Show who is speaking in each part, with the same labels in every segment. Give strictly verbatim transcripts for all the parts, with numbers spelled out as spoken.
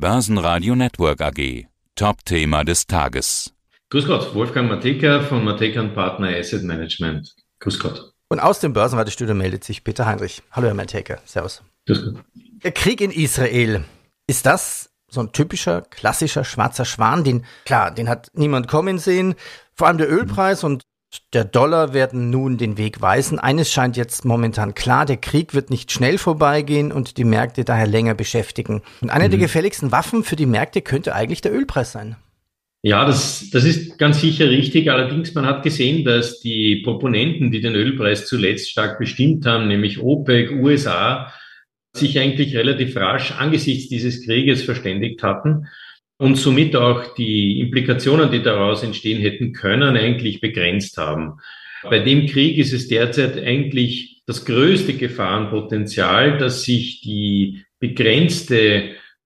Speaker 1: Börsenradio Network A G. Top-Thema des Tages.
Speaker 2: Grüß Gott, Wolfgang Matejka von Matejka und Partner Asset Management. Grüß Gott.
Speaker 3: Und aus dem Börsenradiostudio meldet sich Peter Heinrich. Hallo Herr Matejka, servus.
Speaker 2: Grüß Gott.
Speaker 3: Der Krieg in Israel, ist das so ein typischer, klassischer schwarzer Schwan? Den, klar, den hat niemand kommen sehen. Vor allem der Ölpreis und der Dollar werden nun den Weg weisen. Eines scheint jetzt momentan klar, der Krieg wird nicht schnell vorbeigehen und die Märkte daher länger beschäftigen. Und eine mhm. der gefälligsten Waffen für die Märkte könnte eigentlich der Ölpreis sein.
Speaker 2: Ja, das, das ist ganz sicher richtig. Allerdings, man hat gesehen, dass die Proponenten, die den Ölpreis zuletzt stark bestimmt haben, nämlich OPEC, U S A, sich eigentlich relativ rasch angesichts dieses Krieges verständigt hatten und somit auch die Implikationen, die daraus entstehen hätten können, eigentlich begrenzt haben. Bei dem Krieg ist es derzeit eigentlich das größte Gefahrenpotenzial, dass sich die begrenzte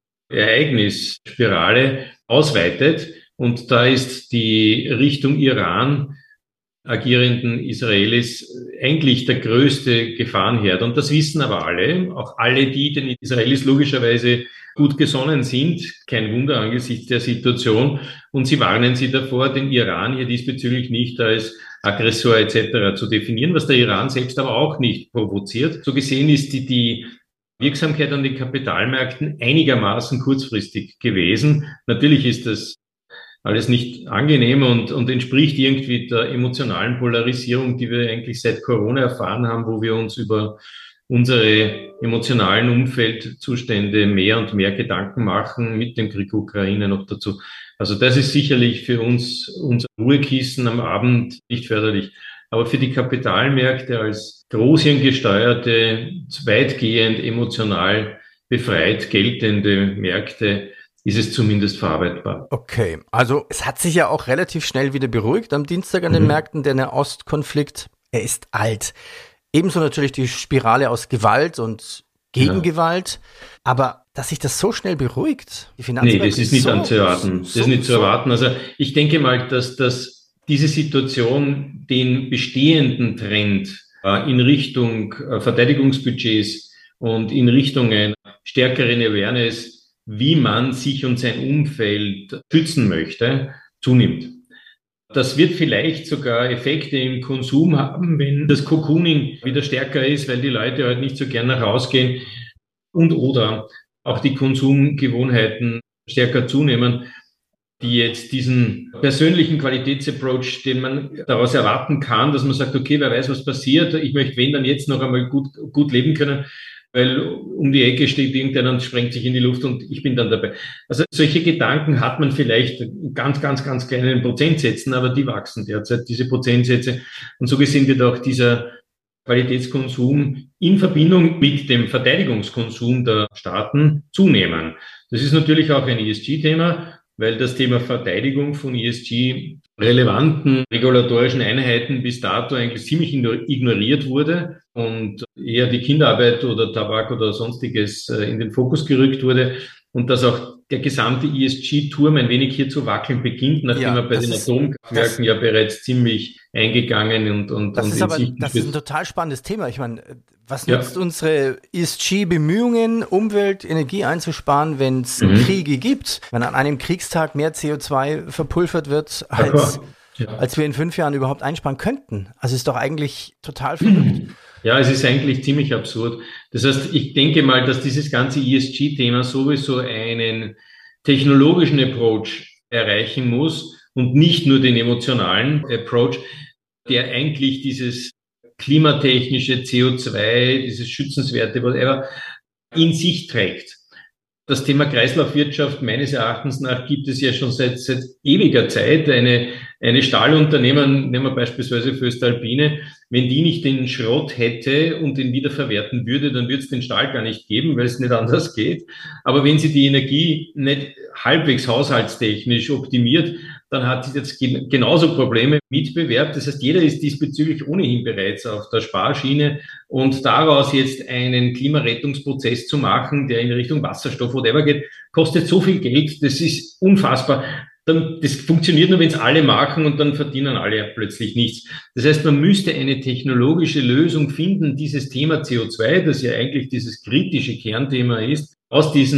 Speaker 2: Ereignisspirale ausweitet. Und da ist die Richtung Iran agierenden Israelis eigentlich der größte Gefahrenherd. Und das wissen aber alle, auch alle, die den Israelis logischerweise gut gesonnen sind. Kein Wunder angesichts der Situation. Und sie warnen sie davor, den Iran hier diesbezüglich nicht als Aggressor et cetera zu definieren, was der Iran selbst aber auch nicht provoziert. So gesehen ist die, die Wirksamkeit an den Kapitalmärkten einigermaßen kurzfristig gewesen. Natürlich ist das alles nicht angenehm und, und entspricht irgendwie der emotionalen Polarisierung, die wir eigentlich seit Corona erfahren haben, wo wir uns über unsere emotionalen Umfeldzustände mehr und mehr Gedanken machen, mit dem Krieg Ukraine noch dazu. Also das ist sicherlich für uns, unser Ruhekissen am Abend nicht förderlich. Aber für die Kapitalmärkte als großhirngesteuerte, weitgehend emotional befreit geltende Märkte ist es zumindest verarbeitbar.
Speaker 3: Okay, also es hat sich ja auch relativ schnell wieder beruhigt am Dienstag an den mhm. Märkten. Der Nahostkonflikt, er ist alt. Ebenso natürlich die Spirale aus Gewalt und Gegengewalt. Ja. Aber dass sich das so schnell beruhigt, die Finanzmärkte...
Speaker 2: Nee, das ist nicht so, anzuerwarten. Das so, ist nicht zu erwarten. Also ich denke mal, dass, dass diese Situation den bestehenden Trend äh, in Richtung äh, Verteidigungsbudgets und in Richtung einer stärkeren Awareness, wie man sich und sein Umfeld schützen möchte, zunimmt. Das wird vielleicht sogar Effekte im Konsum haben, wenn das Cocooning wieder stärker ist, weil die Leute halt nicht so gern nach rausgehen und oder auch die Konsumgewohnheiten stärker zunehmen, die jetzt diesen persönlichen Qualitätsapproach, den man daraus erwarten kann, dass man sagt, okay, wer weiß, was passiert, ich möchte, wenn dann jetzt noch einmal gut, gut leben können, weil um die Ecke steht irgendeiner und sprengt sich in die Luft und ich bin dann dabei. Also solche Gedanken hat man vielleicht in ganz, ganz, ganz kleinen Prozentsätzen, aber die wachsen derzeit, diese Prozentsätze. Und so gesehen wird auch dieser Qualitätskonsum in Verbindung mit dem Verteidigungskonsum der Staaten zunehmen. Das ist natürlich auch ein E S G-Thema, weil das Thema Verteidigung von E S G-relevanten regulatorischen Einheiten bis dato eigentlich ziemlich ignoriert wurde und eher die Kinderarbeit oder Tabak oder sonstiges in den Fokus gerückt wurde und dass auch der gesamte E S G-Turm ein wenig hier zu wackeln beginnt, nachdem ja, er bei den ist, Atomkraftwerken ja bereits ziemlich eingegangen und und
Speaker 3: Das
Speaker 2: und
Speaker 3: ist aber das ist ein total spannendes Thema. Ich meine, was nützt ja. unsere E S G-Bemühungen, Umwelt, Energie einzusparen, wenn es mhm. Kriege gibt, wenn an einem Kriegstag mehr C O zwei verpulvert wird, als, ja. als wir in fünf Jahren überhaupt einsparen könnten? Also ist doch eigentlich total verrückt.
Speaker 2: Ja, es ist eigentlich ziemlich absurd. Das heißt, ich denke mal, dass dieses ganze E S G-Thema sowieso einen technologischen Approach erreichen muss und nicht nur den emotionalen Approach, der eigentlich dieses klimatechnische C O zwei, dieses schützenswerte, whatever, in sich trägt. Das Thema Kreislaufwirtschaft meines Erachtens nach gibt es ja schon seit, seit ewiger Zeit. Eine, eine Stahlunternehmen, nehmen wir beispielsweise Voestalpine, wenn die nicht den Schrott hätte und den wiederverwerten würde, dann würde es den Stahl gar nicht geben, weil es nicht anders geht. Aber wenn sie die Energie nicht halbwegs haushaltstechnisch optimiert, dann hat sie jetzt genauso Probleme mit Wettbewerb. Das heißt, jeder ist diesbezüglich ohnehin bereits auf der Sparschiene und daraus jetzt einen Klimarettungsprozess zu machen, der in Richtung Wasserstoff, whatever geht, kostet so viel Geld, das ist unfassbar. Dann, das funktioniert nur, wenn es alle machen und dann verdienen alle plötzlich nichts. Das heißt, man müsste eine technologische Lösung finden, dieses Thema C O zwei, das ja eigentlich dieses kritische Kernthema ist, aus diesen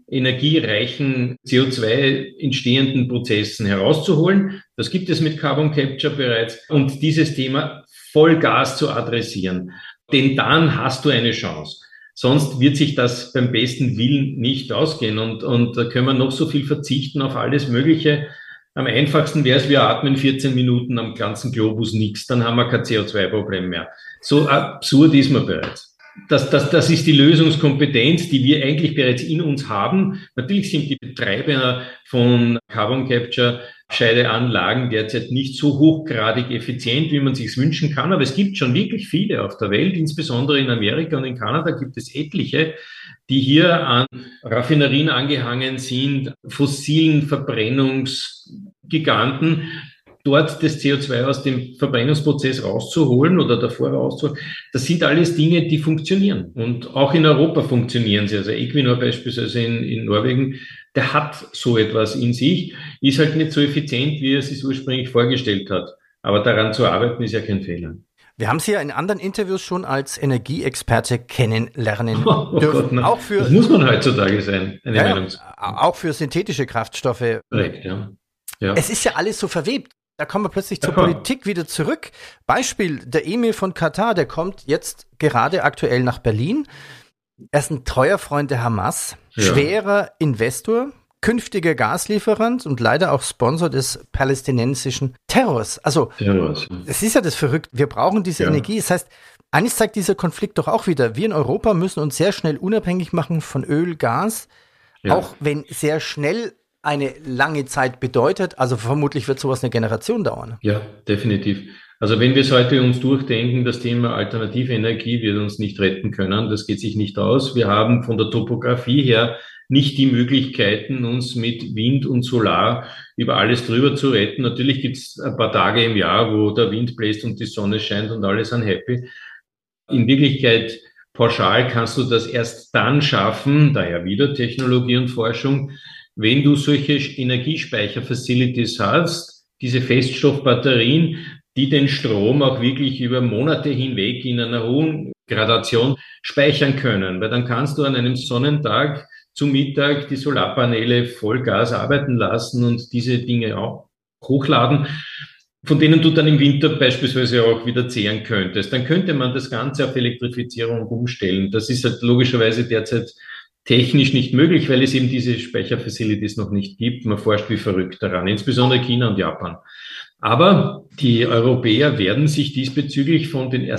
Speaker 2: energiereichen C O zwei entstehenden Prozessen herauszuholen. Das gibt es mit Carbon Capture bereits. Und dieses Thema Vollgas zu adressieren. Denn dann hast du eine Chance. Sonst wird sich das beim besten Willen nicht ausgehen. Und, und da können wir noch so viel verzichten auf alles Mögliche. Am einfachsten wäre es, wir atmen vierzehn Minuten am ganzen Globus nichts. Dann haben wir kein C O zwei Problem mehr. So absurd ist man bereits. Das, das, das ist die Lösungskompetenz, die wir eigentlich bereits in uns haben. Natürlich sind die Betreiber von Carbon Capture Scheideanlagen derzeit nicht so hochgradig effizient, wie man sich wünschen kann. Aber es gibt schon wirklich viele auf der Welt, insbesondere in Amerika und in Kanada gibt es etliche, die hier an Raffinerien angehangen sind, fossilen Verbrennungsgiganten, dort das C O zwei aus dem Verbrennungsprozess rauszuholen oder davor rauszuholen. Das sind alles Dinge, die funktionieren. Und auch in Europa funktionieren sie. Also Equinor beispielsweise in, in Norwegen, der hat so etwas in sich, ist halt nicht so effizient, wie er es sich ursprünglich vorgestellt hat. Aber daran zu arbeiten, ist ja kein Fehler.
Speaker 3: Wir haben Sie ja in anderen Interviews schon als Energieexperte kennenlernen
Speaker 2: oh,
Speaker 3: dürfen.
Speaker 2: Gott,
Speaker 3: auch für,
Speaker 2: das muss man heutzutage sein, eine
Speaker 3: ja,
Speaker 2: Meinung.
Speaker 3: Auch für synthetische Kraftstoffe.
Speaker 2: Korrekt, ja. Ja.
Speaker 3: Es ist ja alles so verwebt. Da kommen wir plötzlich zur
Speaker 2: Aha.
Speaker 3: Politik wieder zurück. Beispiel, der Emir von Katar, der kommt jetzt gerade aktuell nach Berlin. Er ist ein treuer Freund der Hamas,
Speaker 2: Ja.
Speaker 3: schwerer Investor, künftiger Gaslieferant und leider auch Sponsor des palästinensischen Terrors. Also,
Speaker 2: Terrors, ja.
Speaker 3: es ist ja das Verrückte. Wir brauchen diese
Speaker 2: Ja.
Speaker 3: Energie. Das heißt, eines zeigt dieser Konflikt doch auch wieder. Wir in Europa müssen uns sehr schnell unabhängig machen von Öl, Gas,
Speaker 2: Ja.
Speaker 3: auch wenn sehr schnell eine lange Zeit bedeutet. Also vermutlich wird sowas eine Generation dauern.
Speaker 2: Ja, definitiv. Also wenn wir es heute uns durchdenken, das Thema alternative Energie wird uns nicht retten können. Das geht sich nicht aus. Wir haben von der Topografie her nicht die Möglichkeiten, uns mit Wind und Solar über alles drüber zu retten. Natürlich gibt es ein paar Tage im Jahr, wo der Wind bläst und die Sonne scheint und alle sind happy. In Wirklichkeit, pauschal kannst du das erst dann schaffen, daher wieder Technologie und Forschung, wenn du solche Energiespeicher-Facilities hast, diese Feststoffbatterien, die den Strom auch wirklich über Monate hinweg in einer hohen Gradation speichern können. Weil dann kannst du an einem Sonnentag zum Mittag die Solarpaneele Vollgas arbeiten lassen und diese Dinge auch hochladen, von denen du dann im Winter beispielsweise auch wieder zehren könntest. Dann könnte man das Ganze auf Elektrifizierung umstellen. Das ist halt logischerweise derzeit technisch nicht möglich, weil es eben diese Speicherfacilities noch nicht gibt. Man forscht wie verrückt daran, insbesondere China und Japan. Aber die Europäer werden sich diesbezüglich von den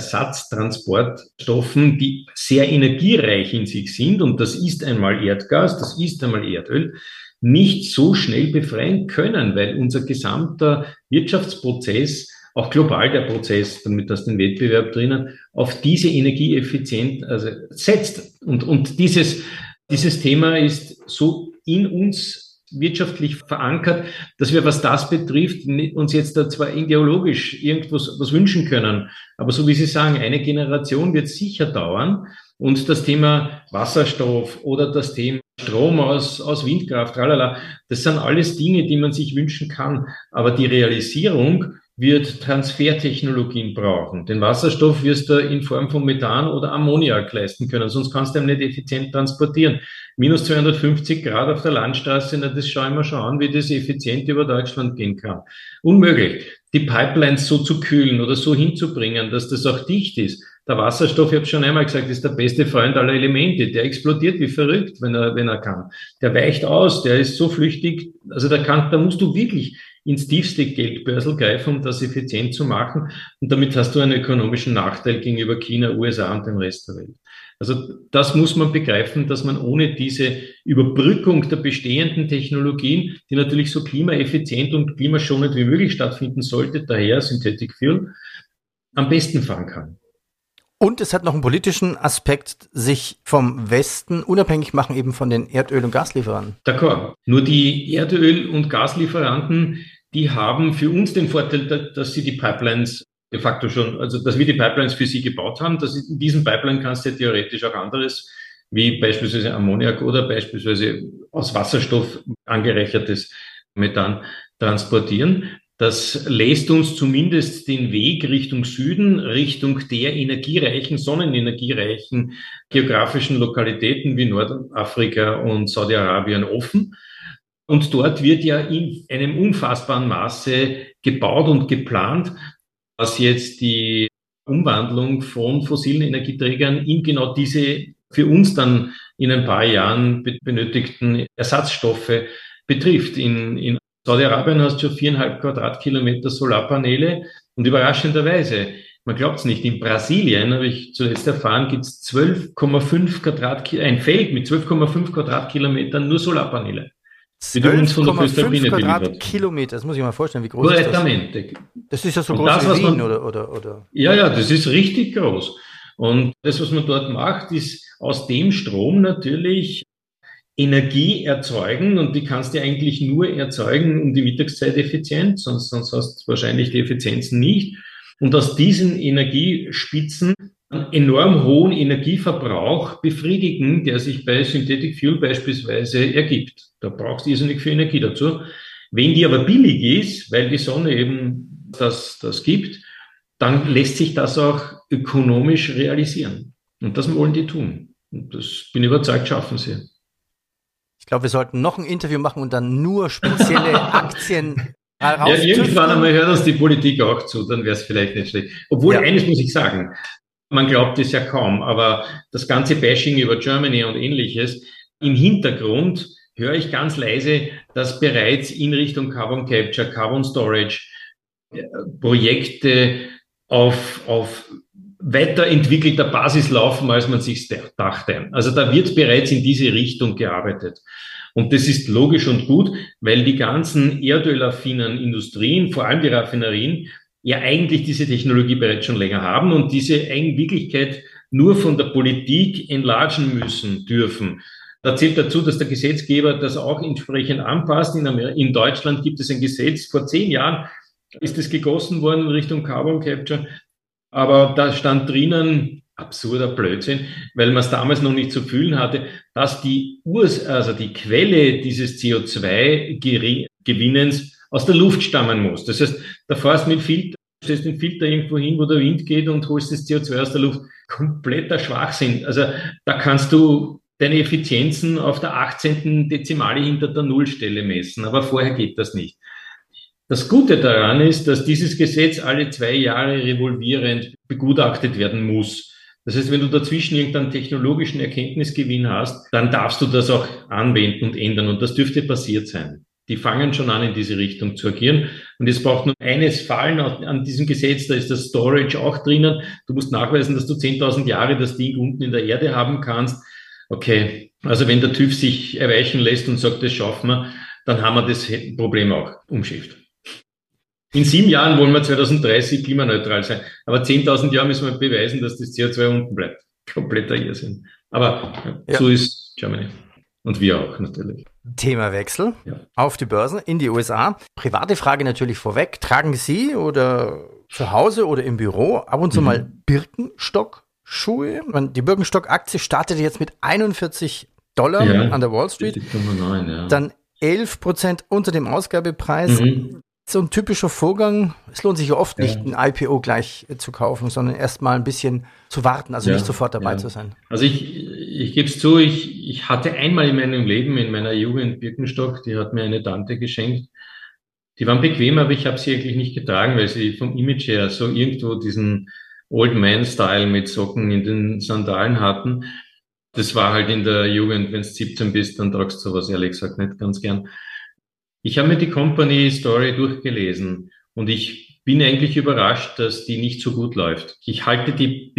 Speaker 2: Ersatztransportstoffen, die sehr energiereich in sich sind, und das ist einmal Erdgas, das ist einmal Erdöl, nicht so schnell befreien können, weil unser gesamter Wirtschaftsprozess, auch global der Prozess, damit das den Wettbewerb drinnen, auf diese Energieeffizienz also setzt. Und, und dieses, dieses Thema ist so in uns wirtschaftlich verankert, dass wir, was das betrifft, uns jetzt da zwar ideologisch irgendwas was wünschen können, aber so wie Sie sagen, eine Generation wird sicher dauern. Und das Thema Wasserstoff oder das Thema Strom aus, aus Windkraft, tralala, das sind alles Dinge, die man sich wünschen kann. Aber die Realisierung wird Transfertechnologien brauchen. Den Wasserstoff wirst du in Form von Methan oder Ammoniak leisten können, sonst kannst du ihn nicht effizient transportieren. Minus zweihundertfünfzig Grad auf der Landstraße, na, das schauen wir schon an, wie das effizient über Deutschland gehen kann. Unmöglich. Die Pipelines so zu kühlen oder so hinzubringen, dass das auch dicht ist. Der Wasserstoff, ich habe schon einmal gesagt, ist der beste Freund aller Elemente. Der explodiert wie verrückt, wenn er, wenn er kann. Der weicht aus, der ist so flüchtig. Also da kann, da musst du wirklich ins tiefste Geldbörsel greifen, um das effizient zu machen. Und damit hast du einen ökonomischen Nachteil gegenüber China, U S A und dem Rest der Welt. Also das muss man begreifen, dass man ohne diese Überbrückung der bestehenden Technologien, die natürlich so klimaeffizient und klimaschonend wie möglich stattfinden sollte, daher Synthetic Fuel, am besten fahren kann.
Speaker 3: Und es hat noch einen politischen Aspekt, sich vom Westen unabhängig machen eben von den Erdöl- und Gaslieferanten.
Speaker 2: D'accord. Nur die Erdöl- und Gaslieferanten, die haben für uns den Vorteil, dass sie die Pipelines de facto schon, also dass wir die Pipelines für sie gebaut haben. Dass in diesen Pipeline kannst du ja theoretisch auch anderes, wie beispielsweise Ammoniak oder beispielsweise aus Wasserstoff angereichertes Methan transportieren. Das lässt uns zumindest den Weg Richtung Süden, Richtung der energiereichen, sonnenenergiereichen geografischen Lokalitäten wie Nordafrika und Saudi-Arabien offen. Und dort wird ja in einem unfassbaren Maße gebaut und geplant, was jetzt die Umwandlung von fossilen Energieträgern in genau diese für uns dann in ein paar Jahren benötigten Ersatzstoffe betrifft. In, in Saudi-Arabien hast du schon viereinhalb Quadratkilometer Solarpaneele und überraschenderweise, man glaubt es nicht, in Brasilien, habe ich zuletzt erfahren, gibt es zwölf Komma fünf Quadratkilometer, ein Feld mit zwölf Komma fünf Quadratkilometern nur Solarpaneele.
Speaker 3: zwölf Komma fünf Quadratkilometer, das muss ich mal vorstellen, wie groß ist das? Das ist ja so groß das, wie Wien, man, oder, oder, oder?
Speaker 2: Ja, ja, das ist richtig groß. Und das, was man dort macht, ist aus dem Strom natürlich Energie erzeugen, und die kannst du eigentlich nur erzeugen um die Mittagszeit effizient, sonst, sonst hast du wahrscheinlich die Effizienzen nicht. Und aus diesen Energiespitzen einen enorm hohen Energieverbrauch befriedigen, der sich bei Synthetic Fuel beispielsweise ergibt. Da brauchst du irrsinnig viel Energie dazu. Wenn die aber billig ist, weil die Sonne eben das, das gibt, dann lässt sich das auch ökonomisch realisieren. Und das wollen die tun. Und das bin ich überzeugt, schaffen sie.
Speaker 3: Ich glaube, wir sollten noch ein Interview machen und dann nur spezielle Aktien
Speaker 2: Ja, irgendwann einmal hört uns die Politik auch zu, dann wäre es vielleicht nicht schlecht. Obwohl, ja. Eines muss ich sagen, man glaubt es ja kaum, aber das ganze Bashing über Germany und Ähnliches, im Hintergrund höre ich ganz leise, dass bereits in Richtung Carbon Capture, Carbon Storage Projekte auf, auf weiterentwickelter Basis laufen, als man sich dachte. Also da wird bereits in diese Richtung gearbeitet. Und das ist logisch und gut, weil die ganzen erdölaffinen Industrien, vor allem die Raffinerien, ja eigentlich diese Technologie bereits schon länger haben und diese in Wirklichkeit nur von der Politik enlargen müssen dürfen. Da zählt dazu, dass der Gesetzgeber das auch entsprechend anpasst. In, Amer- in Deutschland gibt es ein Gesetz, vor zehn Jahren ist es gegossen worden in Richtung Carbon Capture. Aber da stand drinnen, absurder Blödsinn, weil man es damals noch nicht zu fühlen hatte, dass die Urs, also die Quelle dieses C O zwei Gewinnens aus der Luft stammen muss. Das heißt, da fährst mit Filter, stellst den Filter irgendwo hin, wo der Wind geht und holst das C O zwei aus der Luft. Kompletter Schwachsinn. Also da kannst du deine Effizienzen auf der achtzehnten Dezimale hinter der Nullstelle messen, aber vorher geht das nicht. Das Gute daran ist, dass dieses Gesetz alle zwei Jahre revolvierend begutachtet werden muss. Das heißt, wenn du dazwischen irgendeinen technologischen Erkenntnisgewinn hast, dann darfst du das auch anwenden und ändern. Und das dürfte passiert sein. Die fangen schon an, in diese Richtung zu agieren. Und es braucht nur eines Fallen an diesem Gesetz, da ist das Storage auch drinnen. Du musst nachweisen, dass du zehntausend Jahre das Ding unten in der Erde haben kannst. Okay, also wenn der TÜV sich erweichen lässt und sagt, das schaffen wir, dann haben wir das Problem auch umschifft. In sieben Jahren wollen wir zweitausenddreißig klimaneutral sein. Aber zehntausend Jahre müssen wir beweisen, dass das C O zwei unten bleibt. Kompletter Irrsinn. Aber ja. So ist Germany. Und wir auch natürlich.
Speaker 3: Themawechsel ja. Auf die Börse in die U S A. Private Frage natürlich vorweg. Tragen Sie oder zu Hause oder im Büro ab und zu mhm. mal Birkenstock-Schuhe? Die Birkenstock-Aktie startete jetzt mit einundvierzig Dollar ja. an der Wall Street. neun, ja. Dann elf Prozent unter dem Ausgabepreis. Mhm. So ein typischer Vorgang. Es lohnt sich ja oft nicht, ja. ein I P O gleich zu kaufen, sondern erst mal ein bisschen zu warten, also ja, nicht sofort dabei ja. zu sein.
Speaker 2: Also ich, ich gebe es zu, ich, ich hatte einmal in meinem Leben, in meiner Jugend Birkenstock, die hat mir eine Tante geschenkt. Die waren bequem, aber ich habe sie eigentlich nicht getragen, weil sie vom Image her so irgendwo diesen Old Man-Style mit Socken in den Sandalen hatten. Das war halt in der Jugend, wenn du siebzehn bist, dann tragst du sowas ehrlich gesagt nicht ganz gern. Ich habe mir die Company Story durchgelesen und ich bin eigentlich überrascht, dass die nicht so gut läuft. Ich halte die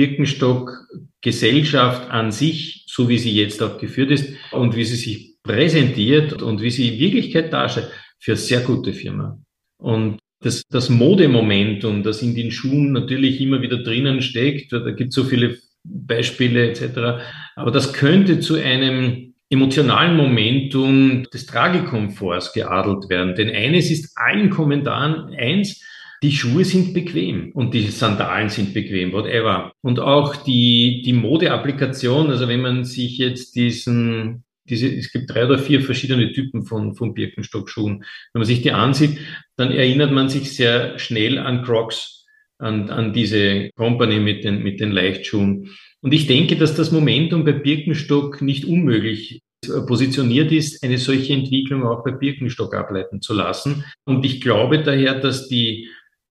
Speaker 2: Birkenstock-Gesellschaft an sich, so wie sie jetzt auch geführt ist und wie sie sich präsentiert und wie sie in Wirklichkeit darstellt, für eine sehr gute Firma. Und das, das Modemomentum, das in den Schuhen natürlich immer wieder drinnen steckt, da gibt es so viele Beispiele et cetera, aber das könnte zu einem emotionalen Momentum des Tragekomforts geadelt werden. Denn eines ist allen Kommentaren eins, die Schuhe sind bequem und die Sandalen sind bequem, whatever. Und auch die, die Modeapplikation, also wenn man sich jetzt diesen, diese, es gibt drei oder vier verschiedene Typen von, von Birkenstock-Schuhen. Wenn man sich die ansieht, dann erinnert man sich sehr schnell an Crocs, an, an diese Company mit den, mit den Leichtschuhen. Und ich denke, dass das Momentum bei Birkenstock nicht unmöglich positioniert ist, eine solche Entwicklung auch bei Birkenstock ableiten zu lassen. Und ich glaube daher, dass die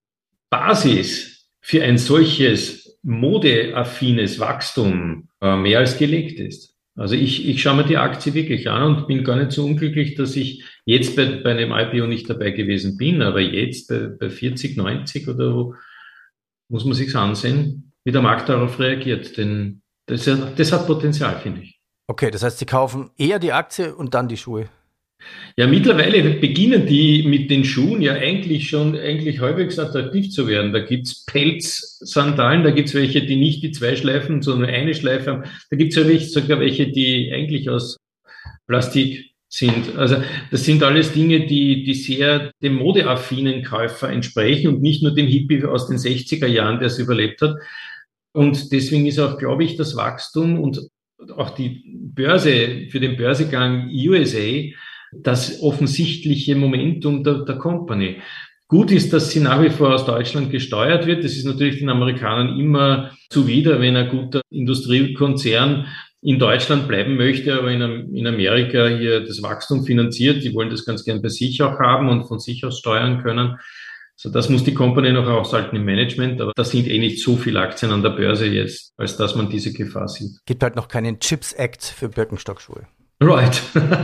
Speaker 2: Basis für ein solches modeaffines Wachstum äh, mehr als gelegt ist. Also ich, ich schaue mir die Aktie wirklich an und bin gar nicht so unglücklich, dass ich jetzt bei, bei einem I P O nicht dabei gewesen bin, aber jetzt bei, bei vierzig, neunzig oder wo, muss man sich's ansehen, wie der Markt darauf reagiert. Denn das, das hat Potenzial, finde ich.
Speaker 3: Okay, das heißt, Sie kaufen eher die Aktie und dann die Schuhe?
Speaker 2: Ja, mittlerweile beginnen die mit den Schuhen ja eigentlich schon eigentlich halbwegs attraktiv zu werden. Da gibt's Pelz-Sandalen, da gibt's welche, die nicht die zwei Schleifen, sondern eine Schleife haben. Da gibt's ja welche, sogar welche, die eigentlich aus Plastik sind. Also das sind alles Dinge, die, die sehr dem modeaffinen Käufer entsprechen und nicht nur dem Hippie aus den sechziger Jahren, der es überlebt hat. Und deswegen ist auch, glaube ich, das Wachstum und auch die Börse, für den Börsegang U S A, das offensichtliche Momentum der, der Company. Gut ist, dass sie nach wie vor aus Deutschland gesteuert wird. Das ist natürlich den Amerikanern immer zuwider, wenn ein guter Industriekonzern in Deutschland bleiben möchte, aber in, in Amerika hier das Wachstum finanziert. Die wollen das ganz gern bei sich auch haben und von sich aus steuern können. So, das muss die Company noch aushalten im Management, aber da sind eh nicht so viele Aktien an der Börse jetzt, als dass man diese Gefahr sieht.
Speaker 3: Gibt halt noch keinen Chips Act für Birkenstock-Schuhe.
Speaker 2: Right.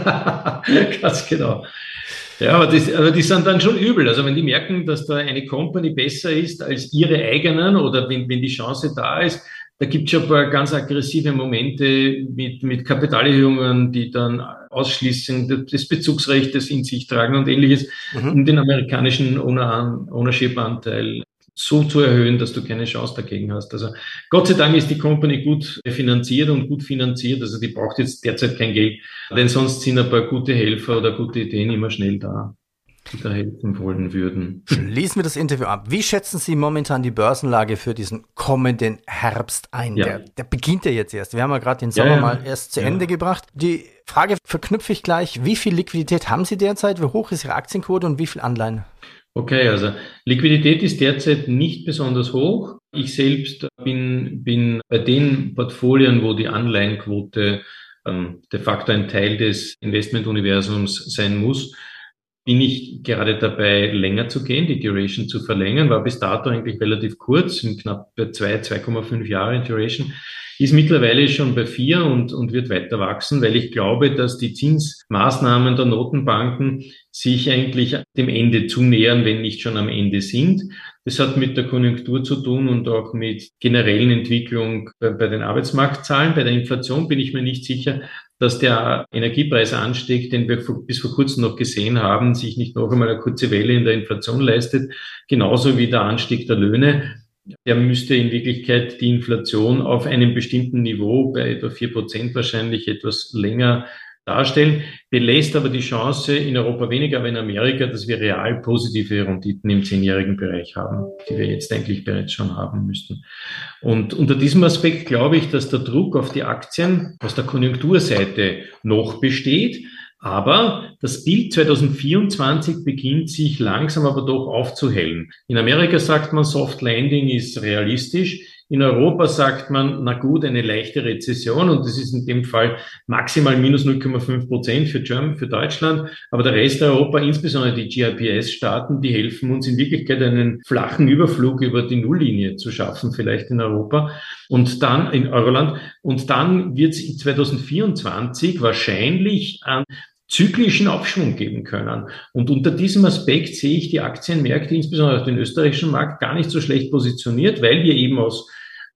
Speaker 2: Ganz genau. Ja, aber, das, aber die sind dann schon übel. Also wenn die merken, dass da eine Company besser ist als ihre eigenen oder wenn, wenn die Chance da ist, da gibt es schon ein paar ganz aggressive Momente mit, mit Kapitalerhöhungen, die dann Ausschließung des Bezugsrechts in sich tragen und ähnliches, mhm. um den amerikanischen Ownership-Anteil so zu erhöhen, dass du keine Chance dagegen hast. Also Gott sei Dank ist die Company gut finanziert und gut finanziert. Also die braucht jetzt derzeit kein Geld, denn sonst sind ein paar gute Helfer oder gute Ideen immer schnell da, die da helfen wollen würden.
Speaker 3: Schließen wir das Interview ab. Wie schätzen Sie momentan die Börsenlage für diesen kommenden Herbst ein? Ja. Der, der beginnt ja jetzt erst. Wir haben ja gerade den Sommer ja, ja. mal erst zu ja. Ende gebracht. Die Frage verknüpfe ich gleich. Wie viel Liquidität haben Sie derzeit? Wie hoch ist Ihre Aktienquote und wie viel Anleihen?
Speaker 2: Okay, also Liquidität ist derzeit nicht besonders hoch. Ich selbst bin, bin bei den Portfolien, wo die Anleihenquote ähm, de facto ein Teil des Investmentuniversums sein muss, bin ich gerade dabei, länger zu gehen, die Duration zu verlängern, war bis dato eigentlich relativ kurz, in knapp bei zwei, zwei Komma fünf Jahre Duration, ist mittlerweile schon bei vier und, und wird weiter wachsen, weil ich glaube, dass die Zinsmaßnahmen der Notenbanken sich eigentlich dem Ende zunähern, wenn nicht schon am Ende sind. Das hat mit der Konjunktur zu tun und auch mit generellen Entwicklung bei, bei den Arbeitsmarktzahlen. Bei der Inflation bin ich mir nicht sicher, dass der Energiepreisanstieg, den wir bis vor kurzem noch gesehen haben, sich nicht noch einmal eine kurze Welle in der Inflation leistet, genauso wie der Anstieg der Löhne. Der müsste in Wirklichkeit die Inflation auf einem bestimmten Niveau, bei etwa vier Prozent wahrscheinlich, etwas länger darstellen, belässt aber die Chance in Europa weniger, aber in Amerika, dass wir real positive Renditen im zehnjährigen Bereich haben, die wir jetzt eigentlich bereits schon haben müssten. Und unter diesem Aspekt glaube ich, dass der Druck auf die Aktien aus der Konjunkturseite noch besteht. Aber das Bild zwanzig vierundzwanzig beginnt sich langsam aber doch aufzuhellen. In Amerika sagt man, Soft Landing ist realistisch. In Europa sagt man, na gut, eine leichte Rezession und das ist in dem Fall maximal minus null Komma fünf Prozent für Germany, für Deutschland. Aber der Rest Europa, insbesondere die G I P S-Staaten, die helfen uns in Wirklichkeit einen flachen Überflug über die Nulllinie zu schaffen, vielleicht in Europa und dann in Euroland. Und dann wird es zwanzig vierundzwanzig wahrscheinlich an zyklischen Aufschwung geben können. Und unter diesem Aspekt sehe ich die Aktienmärkte, insbesondere auf den österreichischen Markt, gar nicht so schlecht positioniert, weil wir eben aus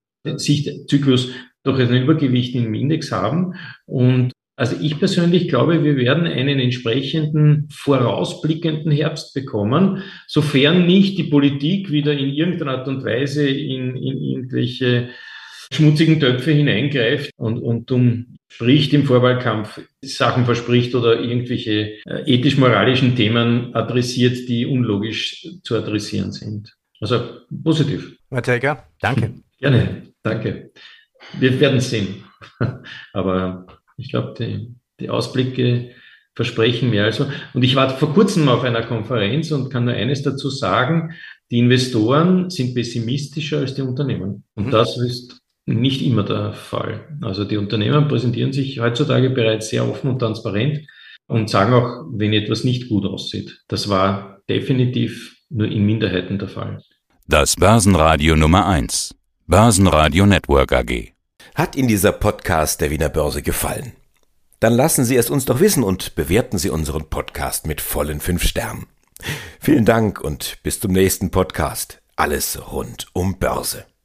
Speaker 2: Sicht Zyklus doch ein Übergewicht im Index haben. Und also ich persönlich glaube, wir werden einen entsprechenden vorausblickenden Herbst bekommen, sofern nicht die Politik wieder in irgendeiner Art und Weise in, in irgendwelche schmutzigen Töpfe hineingreift und, und um spricht im Vorwahlkampf, Sachen verspricht oder irgendwelche äh, ethisch-moralischen Themen adressiert, die unlogisch zu adressieren sind. Also positiv.
Speaker 3: Herr Telger, danke.
Speaker 2: Gerne, danke. Wir werden sehen. Aber ich glaube, die, die Ausblicke versprechen mehr. Also, und ich war vor kurzem auf einer Konferenz und kann nur eines dazu sagen: Die Investoren sind pessimistischer als die Unternehmen. Und mhm. das ist nicht immer der Fall. Also die Unternehmen präsentieren sich heutzutage bereits sehr offen und transparent und sagen auch, wenn etwas nicht gut aussieht. Das war definitiv nur in Minderheiten der Fall.
Speaker 1: Das Börsenradio Nummer eins. Börsenradio Network A G.
Speaker 4: Hat Ihnen dieser Podcast der Wiener Börse gefallen? Dann lassen Sie es uns doch wissen und bewerten Sie unseren Podcast mit vollen fünf Sternen. Vielen Dank und bis zum nächsten Podcast. Alles rund um Börse.